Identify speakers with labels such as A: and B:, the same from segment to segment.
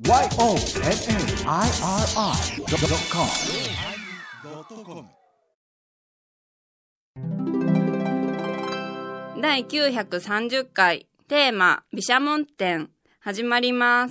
A: YONNIRI.com
B: 第930回テーマ毘沙門天始まります。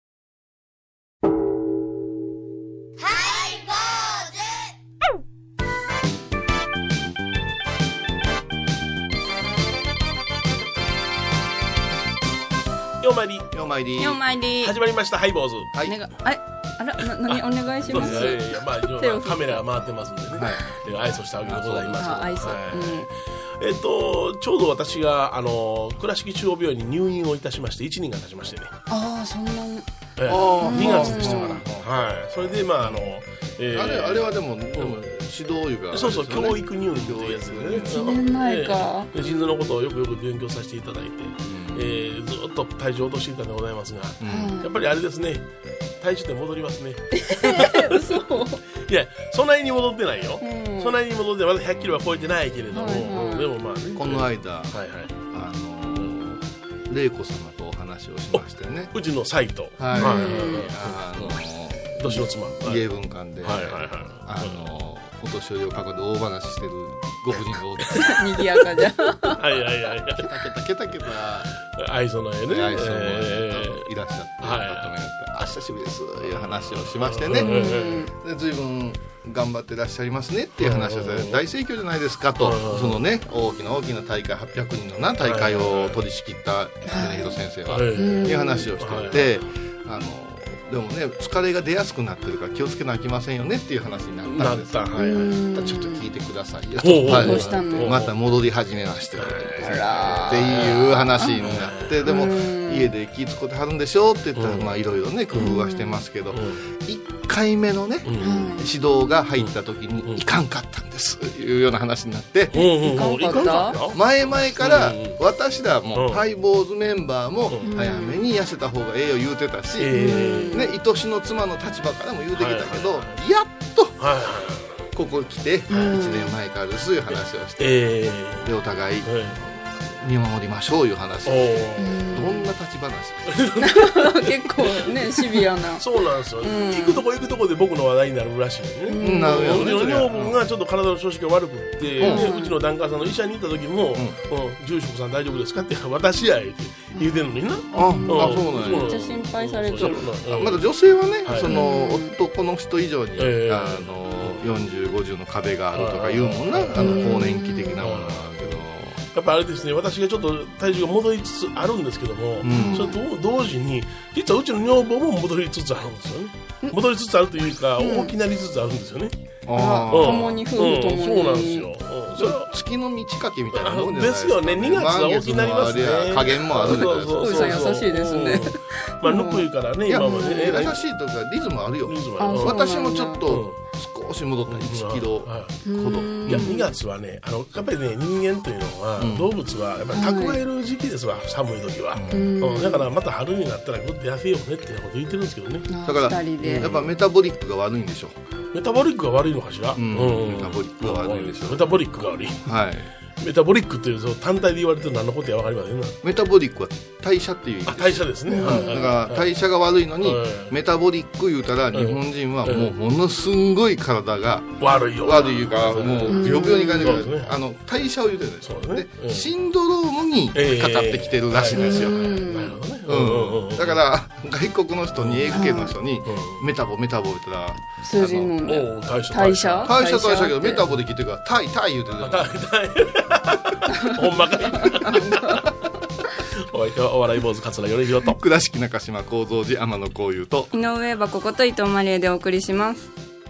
C: ようまいり
B: ようまいり
C: 始まりましたハイボーズ。
B: はい。あら何お願いします。
C: まあカメラが回ってますんでね。愛想したわけでございます。愛想。ちょうど私が倉敷中央病院に入院をいたしまして1年が経ちましてね。
B: ああそんな。
C: 2月でしたから。はい。それでまあ
D: あれはでも指導いうか、
C: そう教育入院というやつでね。
B: 1年前か。
C: 腎臓のことをよく勉強させていただいて、ずっと体重を落としていたんでございますが、やっぱりあれですね。体重って戻りますね。
B: 嘘。
C: いやそんなに戻ってないよ。そんなに戻ってまだ100キロは超えてないけれども、でもまあ
D: この間玲子様とお話をしましてね。
C: うちのサイト。年の妻。
D: 家文館でお年寄りを囲んで大話してるご婦人がおって。
B: 賑やかじゃ。
D: ケタケタ
C: 愛想の絵ね。
D: 愛想のいらっしゃって方がやって久しぶりですいう話をしましてね。で随分頑張ってらっしゃいますねっていう話をして大盛況じゃないですかと。そのね大きな大会800人の大会を取り仕切った米広先生はいう話をしていて、でもね疲れが出やすくなってるから気をつけなきゃいけませんよねっていう話になったんです。ちょっと聞いてくださいよ。また戻り始めましてっていう話になって、でも家で気使ってはるんでしょって言ったらまあいろいろね工夫はしてますけど、1回目のね指導が入った時にいかんかったんですいうような話になって、前々から私らもハイボーズメンバーも早めに痩せた方がええよ言うてたし、愛しの妻の立場からも言うてきたけど、やっとここ来て1年前からですいう話をして、でお互い見守りましょういう話をして、どんな立ち話
B: 結構ねシビアな。
C: そうなんですよ。行くとこで僕の話題になるらしいね。うちの女房がちょっと体の調子が悪くって、うちの檀家さんの医者に行った時も住職さん大丈夫ですかって私や言うてるのにな。
D: そうなんや。
B: めっちゃ心配されてる。
D: まだ女性はねその男の人以上に40、50の壁があるとか言うもんな、更年期的なものがあるけど、
C: やっぱあれですね、私がちょっと体重が戻りつつあるんですけども、それと同時に実はうちの女房も戻りつつあるんですよね。戻りつつあるというか、大きなりつつあるんですよね。
B: 共に夫婦ともに。
C: そうなんですよ。
D: 月の満ち欠けみたいなもんじゃない
C: ですよね。2月は大きくなりますね。
D: 加減もあるんだけど。
B: ふうさん優しいですね。
C: まあぬくいからね今までね。
D: 優しいとかリズムあるよ。私もちょっと少し戻った1キロほど。
C: いや2月はねやっぱりね人間というのは動物はやっぱり蓄える時期ですわ、寒い時は。だからまた春になったらぐっと痩せようねってこと言ってるんですけどね。
D: だからやっぱメタボリックが悪いんでしょ。
C: メタボリックが悪いのかしら。
D: メタボリックが悪いでしょ。
C: メタボリックが悪い。はい。メタボリックっていう単体で言われてる何のことや分かりませんね。
D: メタボリックは代謝っていう意味です。
C: 代謝ですね。
D: だから代謝が悪いのにメタボリック言うたら日本人はもうものすんごい体が
C: 悪いよ。
D: 悪いからもう病気に感じるから代謝を言うてるんですよ。でシンドロームにかかってきてるらしいんですよ。なるほどね。だから外国の人に英語圏の人にメタボ言ったら
B: 数字の代謝
D: けどメタボで聞いてるからタイ言うてる。
C: ほんまかい。お相手はお笑い坊主桂米広と
D: 倉敷中島幸三寺天野幸雄と
B: 井上箱こと伊藤マリエでお送りします。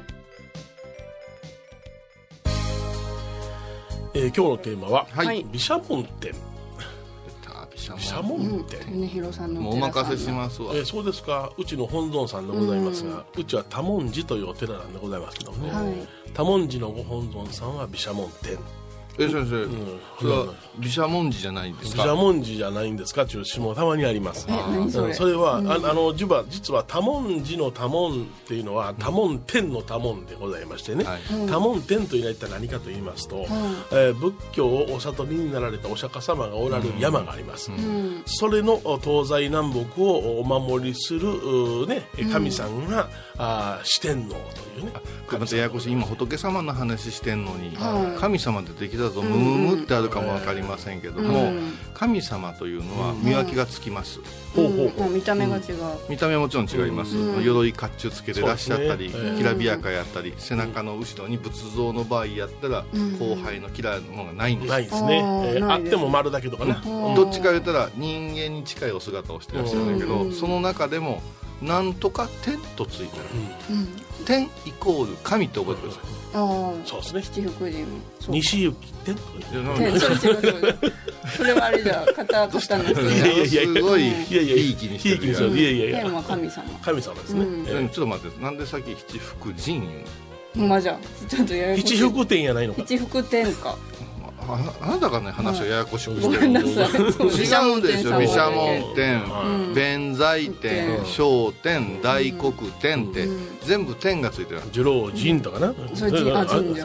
C: 今日のテーマは毘沙門天。毘沙門天。
B: 米広さんの
D: お任せしますわ。
C: そうですか。うちの本尊さんでございますが、うちは多聞寺というお寺なんでございますけどね。多聞寺のご本尊さんは毘沙門天。
D: 先生、それは毘沙門寺じゃないんですか？
C: 毘沙門寺じゃないんですかっていう詩もたまにあります。それは、実は多聞寺の多聞っていうのは多聞天の多聞でございましてね、多聞天というのは一体何かと言いますと、仏教をお悟りになられたお釈迦様がおられる山があります。それの東西南北をお守りする、神さんが四天王というね。
D: またややこしい、今仏様の話してんのに、神様出てきたぞムームってあるかも分かりませんけども、神様というのは見分けがつきます。
B: 見た目が違う。
D: 見た目はもちろん違います。鎧甲冑つけてらっしゃったり、きらびやかやったり、背中の後ろに仏像の場合やったら後輩のキラーのものがないんです。
C: ないですね。あっても丸だけとかな。
D: どっちか言ったら人間に近いお姿をしてらっしゃるんだけど、その中でもなんとか天とついてる、天イコール神って覚えてください。
C: そうですね。
B: 七福神
C: 西行天と
B: それはあれじゃカタカタの人
D: すごいいい気にしてる。
B: 天は神様。
C: 神様ですね。
D: ちょっと待って、なんでさっき七福神言う
B: の？じゃあちょっとややこしい。
C: 七福天やないのか。
B: 七福天か。
D: あなたがね話をややこしくしてる。
B: ごめんなさい。
D: 違うんですよ。毘沙門天、弁財天、小天、大黒天って全部天がついてる。
C: 寿老神とかな。
B: それ神社。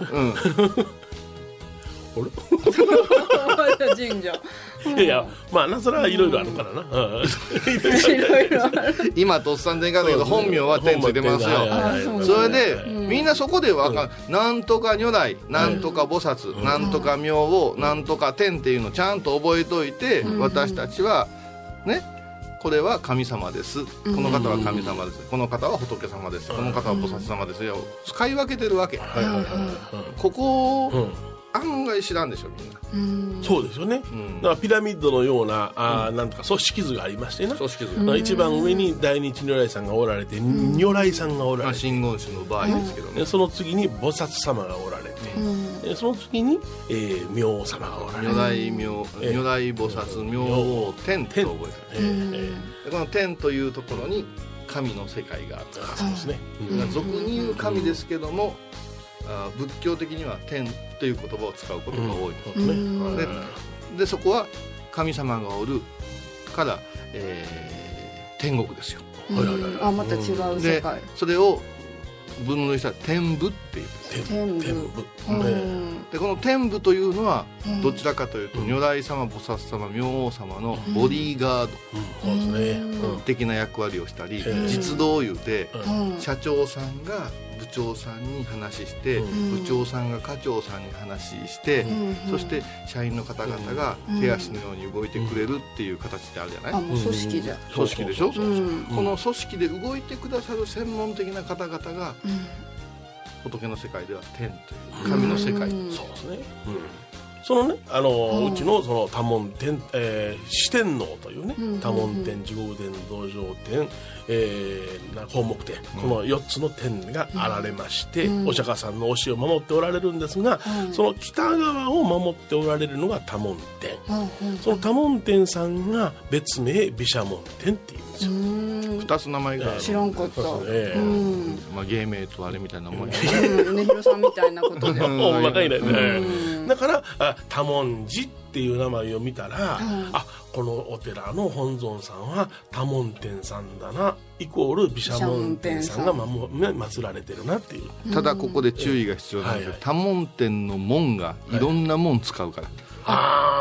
C: あれ
B: 神社。
C: いやまあな、それはいろいろあるからな。
B: いろいろある。
D: 今とっさんでんかんだけど本名は天ついてますよ。それでみんなそこでわかる。なんとか如来、なんとか菩薩、なんとか明王、なんとか天っていうのをちゃんと覚えといて、私たちはね、これは神様です、この方は神様です、この方は仏様です、この方は菩薩様ですよ、使い分けてるわけ。ここを案外知らんでしょみんな。
C: そうですよね。だからピラミッドのようななんとか組織図がありましてな。一番上に大日如来さんがおられて、如来さんがおられて、
D: 真言宗の場合ですけどね。
C: その次に菩薩様がおられて、その次に明王様がおられて、
D: 如来菩薩明王天と覚えてる。この天というところに神の世界があった。
C: そうですね。
D: 俗に言う神ですけども、仏教的には天という言葉を使うことが多いんです。でそこは神様がおるから、天国ですよ。
B: また違う世界。
D: それを分類したら天部っていうんです。
B: 天部。
D: でこの天部というのはどちらかというと、如来様、菩薩様、明王様のボディーガード的な役割をしたり、実動いうて社長さんが部長さんに話して、部長さんが課長さんに話して、そして社員の方々が手足のように動いてくれるっていう形ってあるじゃない。
B: もう組織じゃ。
D: 組織でしょ。この組織で動いてくださる専門的な方々が、仏の世界では天という神の世界。そうですね。
C: そのね、うちのその多聞天、四天王というね、多聞天、地獄天、道場天、宝木天、この4つの天があられまして、お釈迦さんの教えを守っておられるんですが、その北側を守っておられるのが多聞天。その多聞天さんが別名毘沙門天っていうんですよ。
D: 2つ名前が
B: 知らんかった。
D: 芸名とあれみたいなもんや。
B: 米広さんみたいなことで。
C: 若いね。だから多聞寺っていう名前を見たら、このお寺の本尊さんは多聞天さんだな、イコール毘沙門天さんが祀られてるなっていう。
D: ただここで注意が必要なんですけど、多聞天の門がいろんな門使うから。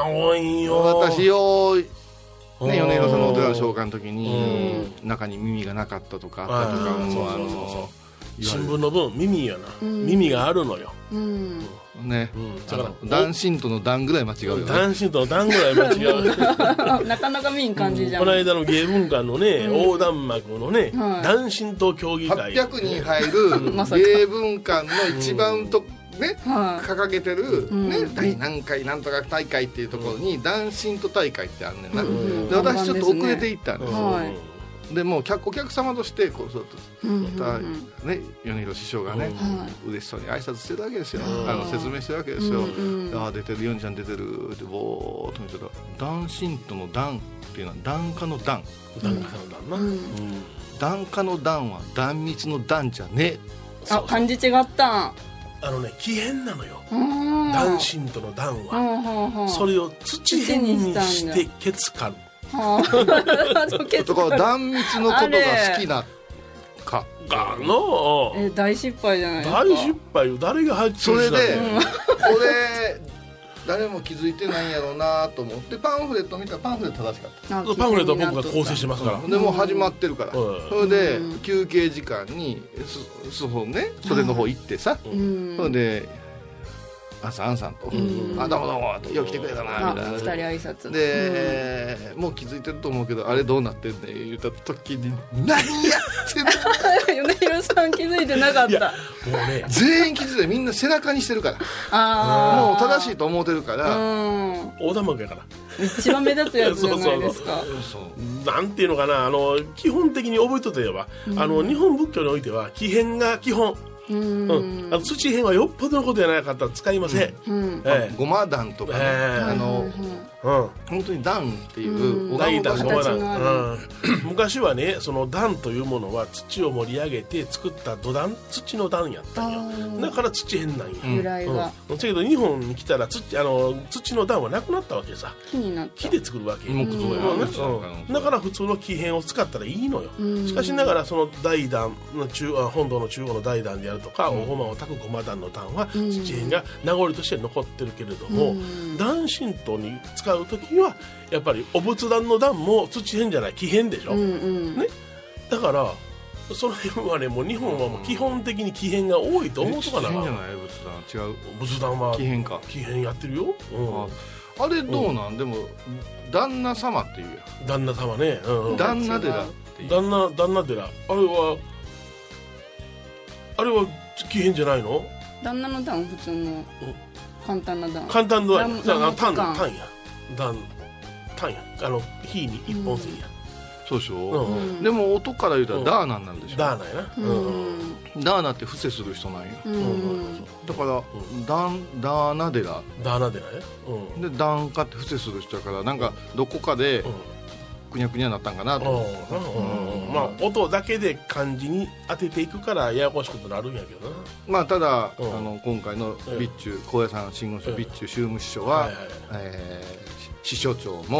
C: 多いよ。
D: 私よ米広さんのお寺の紹介の時に、中に耳がなかったとかあったとか、
C: 新聞の分耳やな、耳があるのよ。
D: ね、男神との段ぐらい間違うよね。
C: 男神との段ぐらい間違う。
B: なかなか見ん感じじゃん。
C: この間の芸文館のね、横断幕のね、男神と協議会。
D: 800人入る芸文館の一番とね、掲げてる第何回なんとか大会っていうところに男神と大会ってあんねんな。で私ちょっと遅れていったんですよ。でもうお客様としてこうそうね、米広師匠がね、嬉しそうに挨拶してるわけですよ。説明してるわけですよ。出てる、ヨンちゃん出てるってぼーっと見てたら、男神との段っていうのは檀家の段、檀家の段は断密の段じゃねえ。
B: 漢字違ったん。
C: 木片なのよ。男神との段は、それを土片にしてケツ刈る。
D: とか断蜜のことが好きなか
B: 大失敗じゃないですか。
C: 大失敗よ。誰が入ってる
D: それで、これ誰も気づいてないんやろうなと思ってパンフレット見たらパンフレット正しかった。
C: パンフレットは僕が構成してますから、
D: でもう始まってるから、それで休憩時間にそれの方行ってさ、それでアンさんと、どうもどうもよう来てくれたなみたいな、
B: 2人挨拶
D: で、もう気づいてると思うけど、あれどうなってんねん言った時に何やってんの
B: 米広さん気づいてなかった。
D: もうね、全員気づいてみんな背中にしてるから、もう正しいと思うてるから、
C: 横断幕やから
B: 一番目立つやつじゃないですか。
C: なんていうのかな、基本的に覚えとって言えば、日本仏教においては木片が基本、土片はよっぽどのことじゃなかったら使いません。
D: ごま団とかね、本当に団っていう
C: 大団、ごま団。昔はね、その団というものは土を盛り上げて作った土壇、土の団やったんや。だから土片なんや。
B: 由来は。
C: だけど日本に来たら土の団はなくなったわけさ。木で作るわけ。だから普通の木片を使ったらいいのよ。しかしながらその大団の本堂の中央の大団であるとか、おごまを炊くごま団の団は土片が名残として残ってるけれども、壇神道に使う時はやっぱりお仏壇の壇も土片じゃない木片でしょ、ね、だからその辺はね、もう日本はもう基本的に木片が多いと思うとかな。
D: 土片じゃない、仏壇違う。
C: 仏壇は
D: 木片か。
C: 木片やってるよ。
D: あれどうなん、でも旦那様っていうやん。
C: 旦那様ね、
D: 旦那寺っていう。
C: 旦那寺、あれは木片じゃないの？
B: 旦那の段普通の簡単な段。
C: 簡単な段や。単や。火に一本線や。
D: そうでしょ。でも音から言うたらダーナになるでしょ。
C: ダーナやな。
D: ダーナって伏せする人なんよ。だからダーナ寺。
C: ダーナ寺ね。
D: でダンカって伏せする人やから、なんかどこかでくにゃくにゃなったんかなと思う。
C: まあ音だけで漢字に当てていくからややこしくなるんやけどな。
D: まあただ今回の備中高野山真言宗備中宗務師匠は支所長も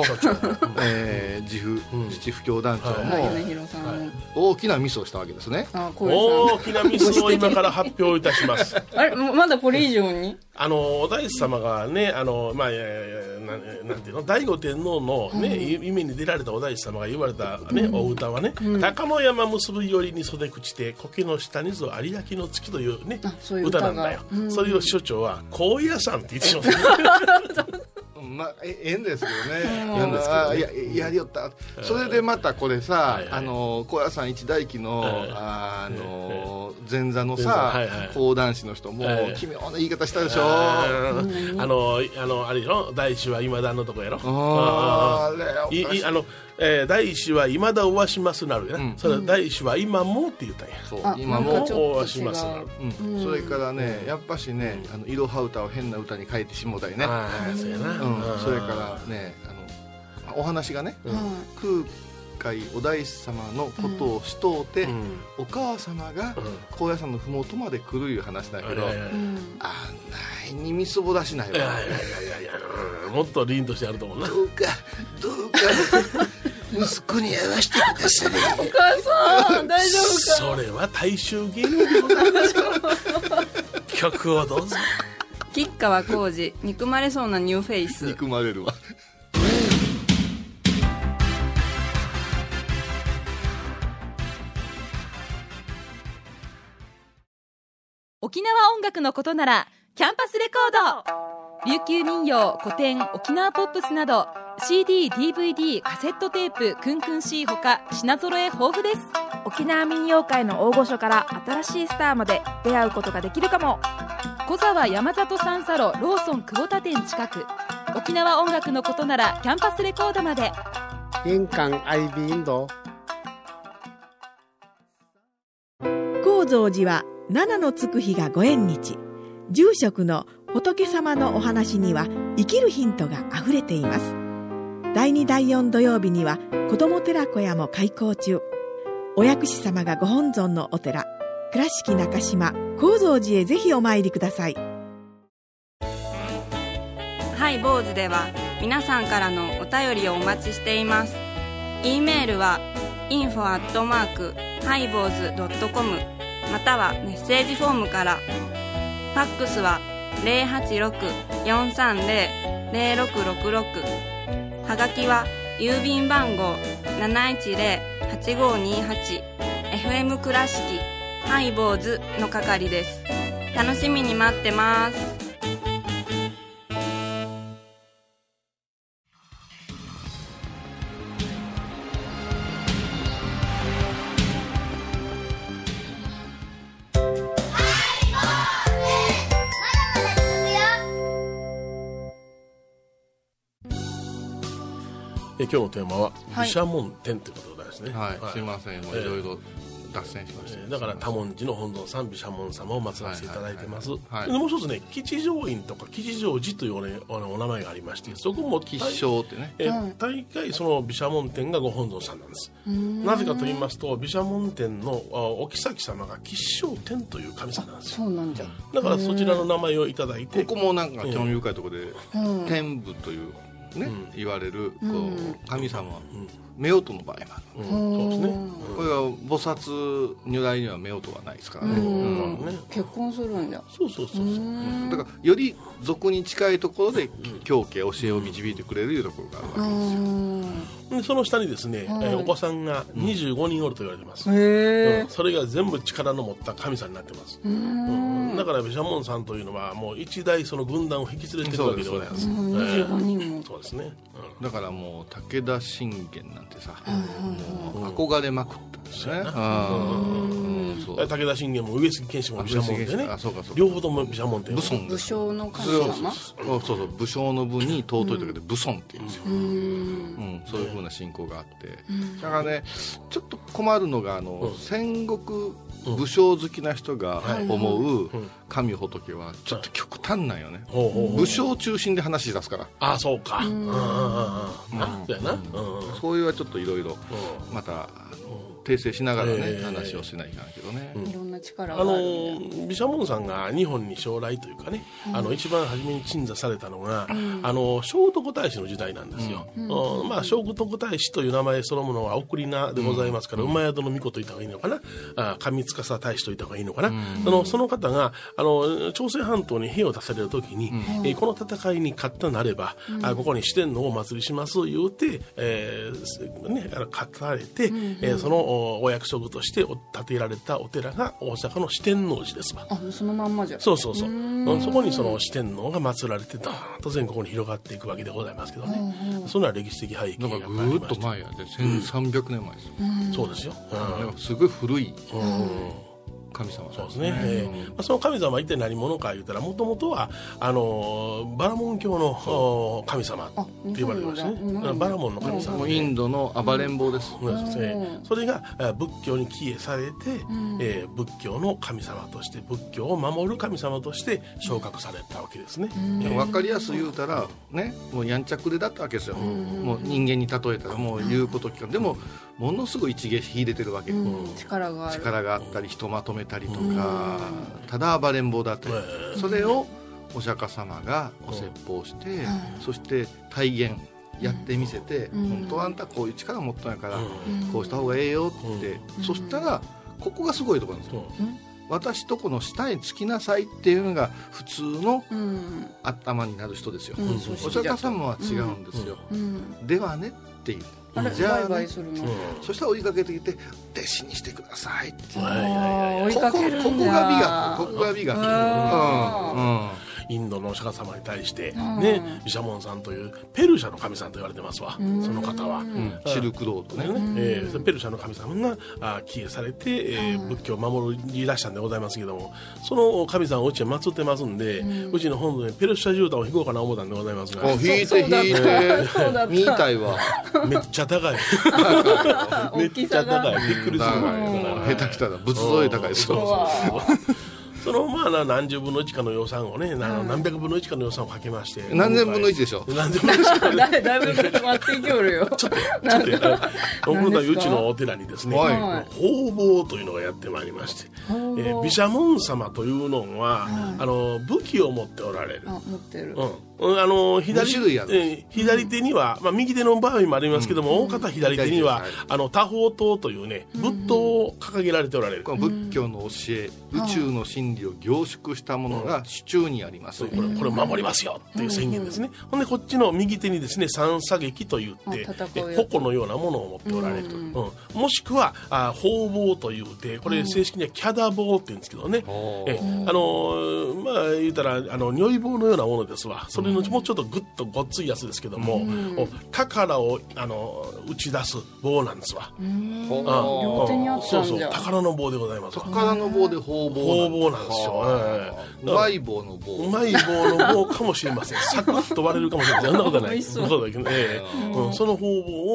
D: 自治布教団長も大きなミスをしたわけですね。
C: 大きなミスを今から発表いたします。
B: あれ、まだこれ以上に
C: お大師様がね、なんていうの、醍醐天皇のね、夢に出られたお大師様が言われたね、お歌はね、高野山結ぶよりに袖口て苔の下にぞ有明の月というね、歌なんだよ。それを所長は高野山って言ってしまった。
D: まあ、ええんですけどね。やりよった。それでまたこれさ、高野山一大忌の前座のさ、講談師の人も奇妙な言い方したでしょ。
C: あれでしょ、大師は今だのとこやろ。大師は今だおわしますなるやな。それ大師は今もって言ったんや。
D: そう、今も
C: おわしますなる。
D: それからね、やっぱしね、いろは歌を変な歌に変えてしもたりね。
C: そうやな。
D: それからね、お話がね、空海お大師様のことをしとうて、お母様が高野山の麓まで来るいう話だけど、あんないにみそぼだしないわ。
C: もっと凛としてあると思うな。
D: どうか息子に会わせてください。
B: お母さん大丈夫か。
C: それは大衆芸能でございましょう。曲をどうぞ。
B: 吉川晃司、憎まれそうなニューフェイス。
D: 憎まれるわ。
A: 沖縄音楽のことならキャンパスレコード。琉球民謡、古典、沖縄ポップスなど CD、DVD、カセットテープ、クンクン C ほか品揃え豊富です。
E: 沖縄民謡界の大御所から新しいスターまで出会うことができるかも。
A: 小沢山里三佐路ローソン久保田店近く。沖縄音楽のことならキャンパスレコードまで。
F: 印鑑 IB インド。
G: 高蔵寺は七のつく日がご縁日。住職の仏様のお話には生きるヒントがあふれています。第2第4土曜日には子ども寺小屋も開校中。お薬師様がご本尊のお寺、 倉敷中島・高蔵寺へぜひお参りください。
B: ハイボーズでは皆さんからのお便りをお待ちしています。 E メールは info@highboz.com またはメッセージフォームから。ファックスは 086-430-0666 はがきは郵便番号 710-8528 FM 倉敷ハイボーズの係です。楽しみに待ってます。
C: 今日のテーマは毘沙門天ということでございますね。
D: はい、すいません、もういろいろ脱線しました、
C: だから多聞寺の本尊さん毘沙門様を祀らせていただいてます。もう一つね、吉祥院とか吉祥寺という、お名前がありまして、そこも
D: 吉祥ってね、
C: 大概その毘沙門天がご本尊さんなんです。なぜかと言いますと、毘沙門天のお妃様が吉祥天という神様なんですよ。
B: そうなんじゃ。
C: だからそちらの名前をいただいて、
D: ここもなんか興味深いところで、天部というね、言われるこう神様は夫婦の場合がある。
C: そうですね。
D: これは菩薩如来には夫婦はないですからね。
B: 結婚するんだ。
C: そうそうそう。
D: だからより俗に近いところで教教えを導いてくれるいうところがあるわけですよ。
C: でその下にですね、お子さんが25人おると言われてます。それが全部力の持った神さんになってます。だから毘沙門さんというのはもう一代その軍団を引き連れてるわけでございます。
B: 25人も。
C: そうですね。
D: だからもう武田信玄なんてさ、もう憧れまくったんですね。
C: 武田信玄も上杉謙信も毘沙門でね、両方とも毘沙門天。
B: 武将の神様。
D: そうそう、武将の武に尊いというだけで武尊って言うんですよ。そういう風な信仰があって、だからね、ちょっと困るのが戦国武将好きな人が思う神仏はちょっと極端なんよね。武将中心で話し出すから。
C: あ、そうか。
D: そういうはちょっといろいろまた訂正しながらね、話をしないかんけどね。
B: いろんな力があるんだ。
C: 毘沙門さんが日本に将来というかね、一番初めに鎮座されたのが、聖徳太子の時代なんですよ。聖徳太子という名前そのものは送り名でございますから、馬宿の巫女と言った方がいいのかな、上司大使と言った方がいいのかな。その方が朝鮮半島に兵を出される時に、この戦いに勝ったなれば、ここに四天王をお祭りします言うて、勝たれて、そのお約束として建てられたお寺が大阪の四天王寺ですわ。
B: そのまんまじゃ。
C: そうそうそう。そこにその四天王が祀られて、ドーンと全国に広がっていくわけでございますけどね。そんな歴史的背景がありまして。
D: ぐーっと前やで、1300年前ですよ。
C: そうですよ。
D: すごい古い神様。
C: そうですね。その神様は一体何者か言うたら、もともとはバラモン教の神様って呼ばれてますね。バラモンの神様。
D: インドの暴れん坊です。
C: それが仏教に帰依されて、仏教の神様として、仏教を守る神様として昇格されたわけですね。
D: 分かりやすく言うたらね、もうやんちゃくれだったわけですよ。もう人間に例えたらもう言うこと聞かん。でもものすごい一芸秀でてるわけ。
B: 力が
D: あったり、人まとめたりとか、ただ暴れん坊だったり、それをお釈迦様がお説法して、そして体現やってみせて、本当はあんたこういう力持ったんやから、こうした方がええよって、そしたらここがすごいところなんですよ。私とこの下につきなさいっていうのが普通の頭になる人ですよ。お釈迦様は違うんですよ。ではねっていう。じゃあね、そしたら追いかけてきて弟子にしてくださいって。
B: 追いかけるんだ。
D: ここが美学。
C: インドのお釈迦様に対してね、毘沙門さんというペルシャの神さんと言われてますわ。その方は
D: シルクロード
C: ね、ペルシャの神様が帰依されて仏教を守り出したんでございますけども、その神さんをうちは祀ってますんで、うちの本堂にペルシャ絨毯を引こうかな思ったんでございますが、
D: 引いて見たいわ。
C: めっちゃ高い。めっちゃ高い。びっくりするわ。
D: 下手したら仏像より高いですよ。
C: その何十分の1かの予算をね、何百分の1かの予算をかけまして、
D: 何千分の1でしょ。
C: 何千分の1
B: だいぶ待っていきおるよ。
C: ちょっと今度はうちのお寺にですね、方々というのがやってまいりまして、毘沙門様というのは武器を持っておられる。
B: 持ってる。
C: 左手には、右手の場合もありますけども、大方左手には多宝塔というね、仏塔を掲げられておられる。
D: 仏教の教え、宇宙の真理を凝縮したものが手中にあります。
C: これ守りますよっていう宣言ですね。ほんでこっちの右手にですね、三叉戟といって矛のようなものを持っておられると。もしくは方々というて、これ正式にはキャダ棒って言うんですけどね、言うたら如意棒のようなものですわ。それのもうちょっとグッとごっついやつですけども、宝を打ち出す棒なんですわ。
B: 両手にあったんじゃ。
C: そう宝の棒でございます。
D: 宝の棒で方々
C: なんですよ。
D: うまい棒の棒。
C: うまい棒の棒かもしれません。サクッと割れるかもしれません。そんなことはない。そうだけどその方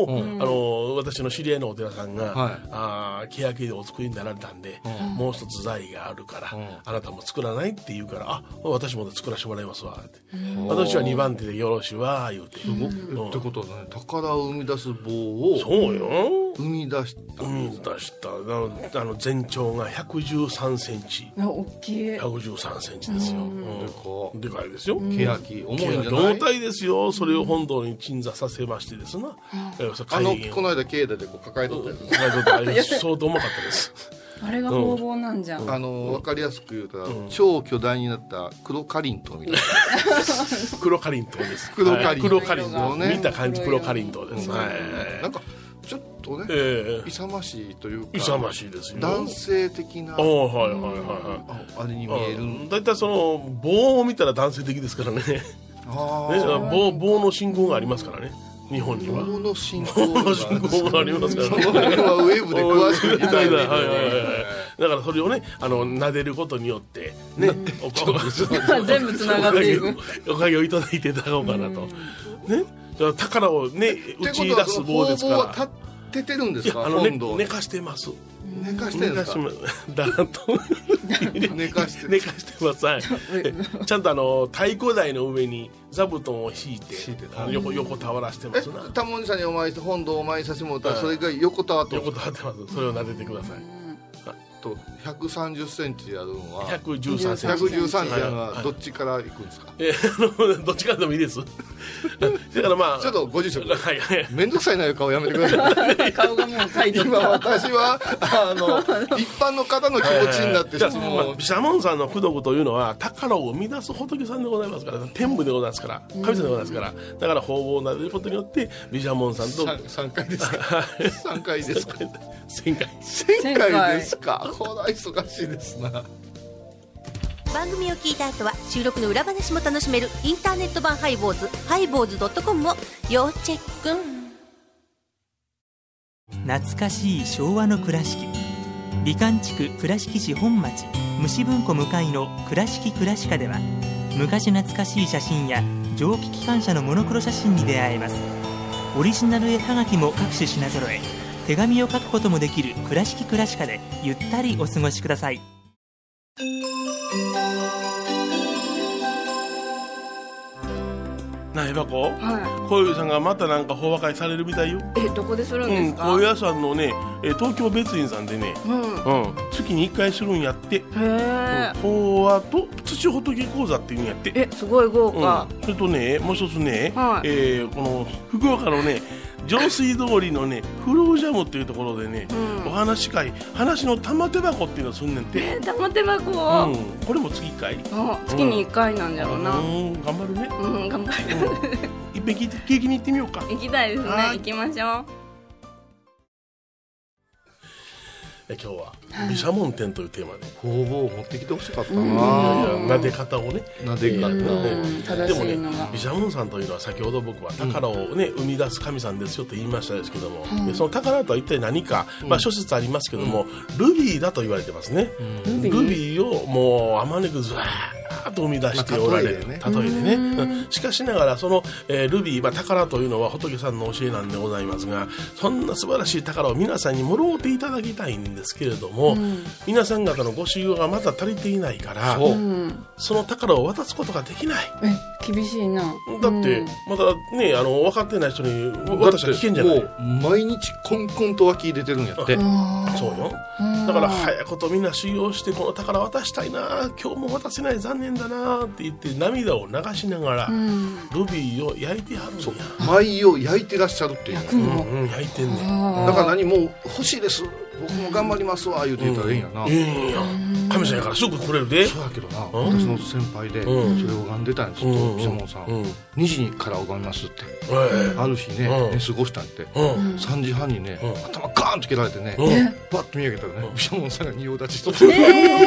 C: 々を私の知り合いのお寺さんが欅でお作りになられたんで、もう一つ財があるからあなたも作らないって言うから、私も作らせてもらいますわって。私は2番手でよろしわ言うて。
D: ってことはね、宝を生み出す棒を
C: そうよ
D: 生み出した。
C: 全長が113センチ。
B: 大きい。
C: 113センチですよ。でかいですよ。
D: 欅重いんじゃない？
C: 重たいですよ。それを本堂に鎮座させましてですな。
D: この間境内で抱えとったやつ。
C: 相当重かったです。
B: あれが方々なんじゃん。
D: 分かりやすく言うと、超巨大になった黒かりんとうみたいな。
C: 黒かりんとうです。
D: 黒かりんとうね。
C: 見た感じ黒かりんとうです。
D: なんかちょっとね、勇ましいというか、
C: 勇ましいですよ。
D: 男性的なあれに見える。
C: だいたいその棒を見たら男性的ですからね。棒の信号がありますからね。日本には
D: 棒の信号
C: がありますからね。
D: その辺はウェーブで詳しく聞いたい。
C: だからそれをね、撫でることによってね、
B: 全部つながっていく。
C: おかげをいただいていただこうかなと。ね、宝をね打ち出す棒ですから。
D: 方々は立ててるんですか？
C: 寝かしてます。
D: 寝かしてるんですか？
C: だらっと寝かしてます。ちゃんと太鼓台の上に座布団を敷いて横たわらしてますな。
D: 多聞社に本堂お参りさせてもらったら、それが横たわってます。
C: それを撫でてください。
D: と130センチあるのは
C: 113センチ
D: 113センチあるのはどっちからいくんですか？
C: どっちからでもいいです。だから
D: ちょっとご住職めんどくさいないう顔やめてください。
B: 顔がもう書いて
D: 今私は一般の方の気持ちになって質問を。
C: 毘沙門さんの功徳というのは宝を生み出す仏さんでございますから、天部でございますから、神様でございますから、だから方々をなでることによって毘沙門さんと
D: 3回ですか？3回ですか
C: ？1000
D: 回ですか？これは忙しいですな。
H: 番組を聞いた後は収録の裏話も楽しめるインターネット版ハイボーズ、ハイボーズ.com を要チェック。
I: 懐かしい昭和の倉敷、美観地区倉敷市本町虫文庫向かいの倉敷倉歯科では、昔懐かしい写真や蒸気機関車のモノクロ写真に出会えます。オリジナル絵はがきも各種品揃え、手紙を書くこともできる倉敷倉歯科でゆったりお過ごしください。
C: なえばこ、小遊さんがまたなんか法話会されるみたいよ。
B: どこでするんですか？
C: 小遊さんのね、東京別院さんでね、月に1回するんやって。法話と土仏講座っていうんやって。
B: すごい豪華。
C: それとね、もう一つね、この福岡のね、上水通りのねフロージャムっていうところでね、お話し会、話の玉手箱っていうのをすんねんて。
B: 玉手箱、
C: これも月1回。
B: 月に1回なんだろうな。
C: 頑張るね。
B: 頑張る。
C: いっぺん聞きに行ってみようか。
B: 行きたいですね。行きましょう。
C: 今日は毘沙門天というテーマで
D: 工房を持ってきてほしかったな。
C: 撫で方をね、
D: 撫で方
C: でもね、毘沙門さんというのは先ほど僕は宝をね生み出す神さんですよと言いましたですけども、その宝とは一体何か、諸説ありますけども、ルビーだと言われてますね。ルビーをもうあまねくずわーーっと生み出しておられる、例えでね、しかしながらその、ルビー、宝というのは仏さんの教えなんでございますが、そんな素晴らしい宝を皆さんにもろうていただきたいんですけれども、皆さん方のご修行がまだ足りていないから、その宝を渡すことができない。
B: 厳しいな。
C: だってまだね、分かってない人に渡したら危険じゃない。
D: もう毎日コンコンと湧き出てるんやって。
C: そうよ。だから早いことみんな修行してこの宝渡したいな、今日も渡せない、残念だなって言って涙を流しながら、ルビーを焼いてはるんや。
D: 舞を焼いてらっしゃるっていう。
C: 焼いてんねん。
D: だから何も欲しいです、僕も頑張りますわ言うて言ったらいいんやな。
C: 神さんやからすぐ来れるで。
D: そうやけどな、私の先輩でそれを拝んでたんや、ずっと毘沙門さん、2時から拝みますって、ある日ね、寝過ごしたんやって、3時半にね、頭ガーンと蹴られてね、パッと見上げたらね、毘沙門さんが仁王立ちしとって、怒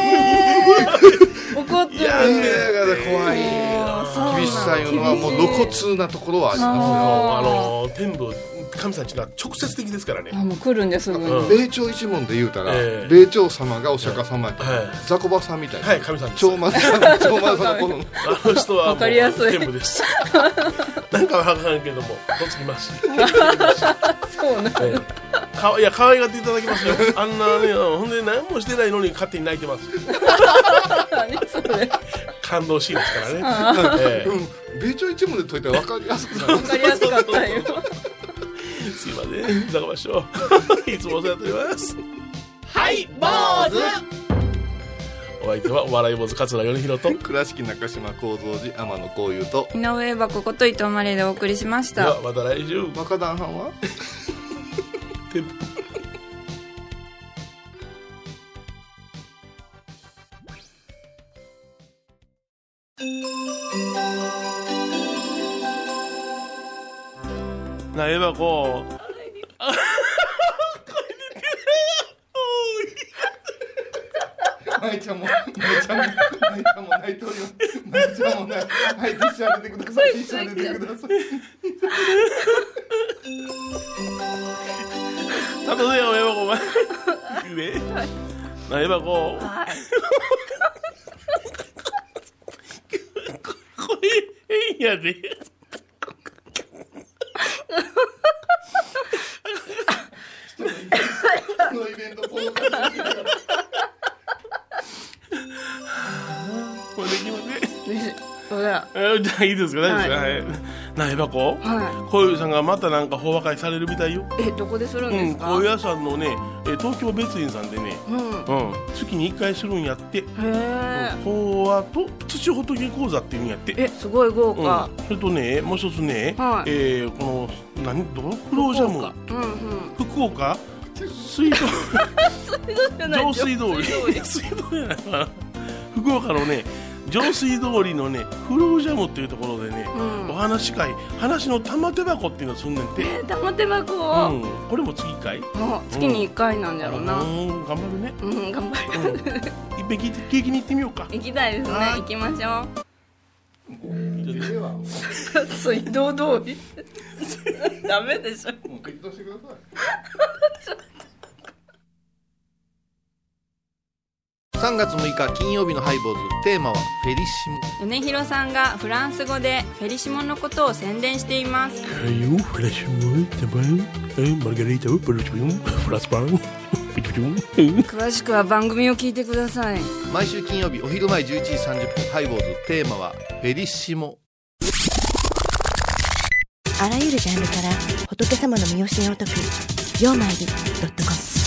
D: ってる。いや、だから怖い。厳しさいうのはもう露骨なところはありますよ。
C: 天部神さんちのは直接的ですからね。
B: もう来るんですぐに。
D: 霊長一門で言うたら、霊長様がお釈迦様やったら、雑魚場さんみたいな。
C: 神さんです。
D: 長丸さんの頃の。
C: あの人はもう
B: 分かりやすい
C: 天部です。なんかわからんけども、とつきます。
B: そうなんです。
C: いや、可愛がっていただきますよ。あんなね、ほんで何もしてないのに勝手に泣いてます。
B: 何それ。
C: 感動シーンですからね。
D: 霊長一門で解いたら分かりやすくなる。
B: 分かりやすかったよ。
C: すいません、ざがましょう。いつもお世話になっております。
A: はい坊主。
C: お相手はお笑い坊主桂米宏と
D: 倉敷中島幸三寺天野幸雄と
B: 井上箱こと伊藤マレーでお送りしました。
C: ではまた来週。
D: 若旦藩は
C: なえばこう
D: 舞ちゃんも泣いております。舞ちゃんもはい、ティッシュあげてください。ティッシュあげてください。
C: たとねよ、えばこお前なえばここれ変やで。
D: このイベントこれできません。
C: じゃあいいですか、大丈夫ですか。なえばここういうさんがまたなんか法和会されるみたいよ。
B: どこでするんですか。
C: こういう屋さんのね、東京別院さんでね、月に1回するんやって。法和と土仏講座っていうんやって。
B: すごい豪華。
C: それとね、もう一つね、このどのフロージャム、福岡水道上水通り水道じゃないかな、福岡のね上水通りのねフロージャムっていうところでね、お話し会、話の玉手箱っていうのをすんねんて。
B: 玉手箱、
C: これも月1回、
B: 月に1回なんだろうな。
C: 頑張るね。
B: 頑張る。
C: いっぺん聞きに行ってみようか。
B: 行きたいですね。行きましょう。水道通りダメでしょ。もう決闘してください。
D: 3月6日金曜日のハイボーズ、テーマはフェリッシモ。
B: 米広さんがフランス語でフェリシモのことを宣伝しています。
C: フェリシモ、マルゲリータ、フランスパン。
B: 詳しくは番組を聞いてください。
D: 毎週金曜日お昼前11時30分、ハイボーズ、テーマはフェリッシモ。
H: あらゆるジャンルから仏様の身教えを解く曜マイル.com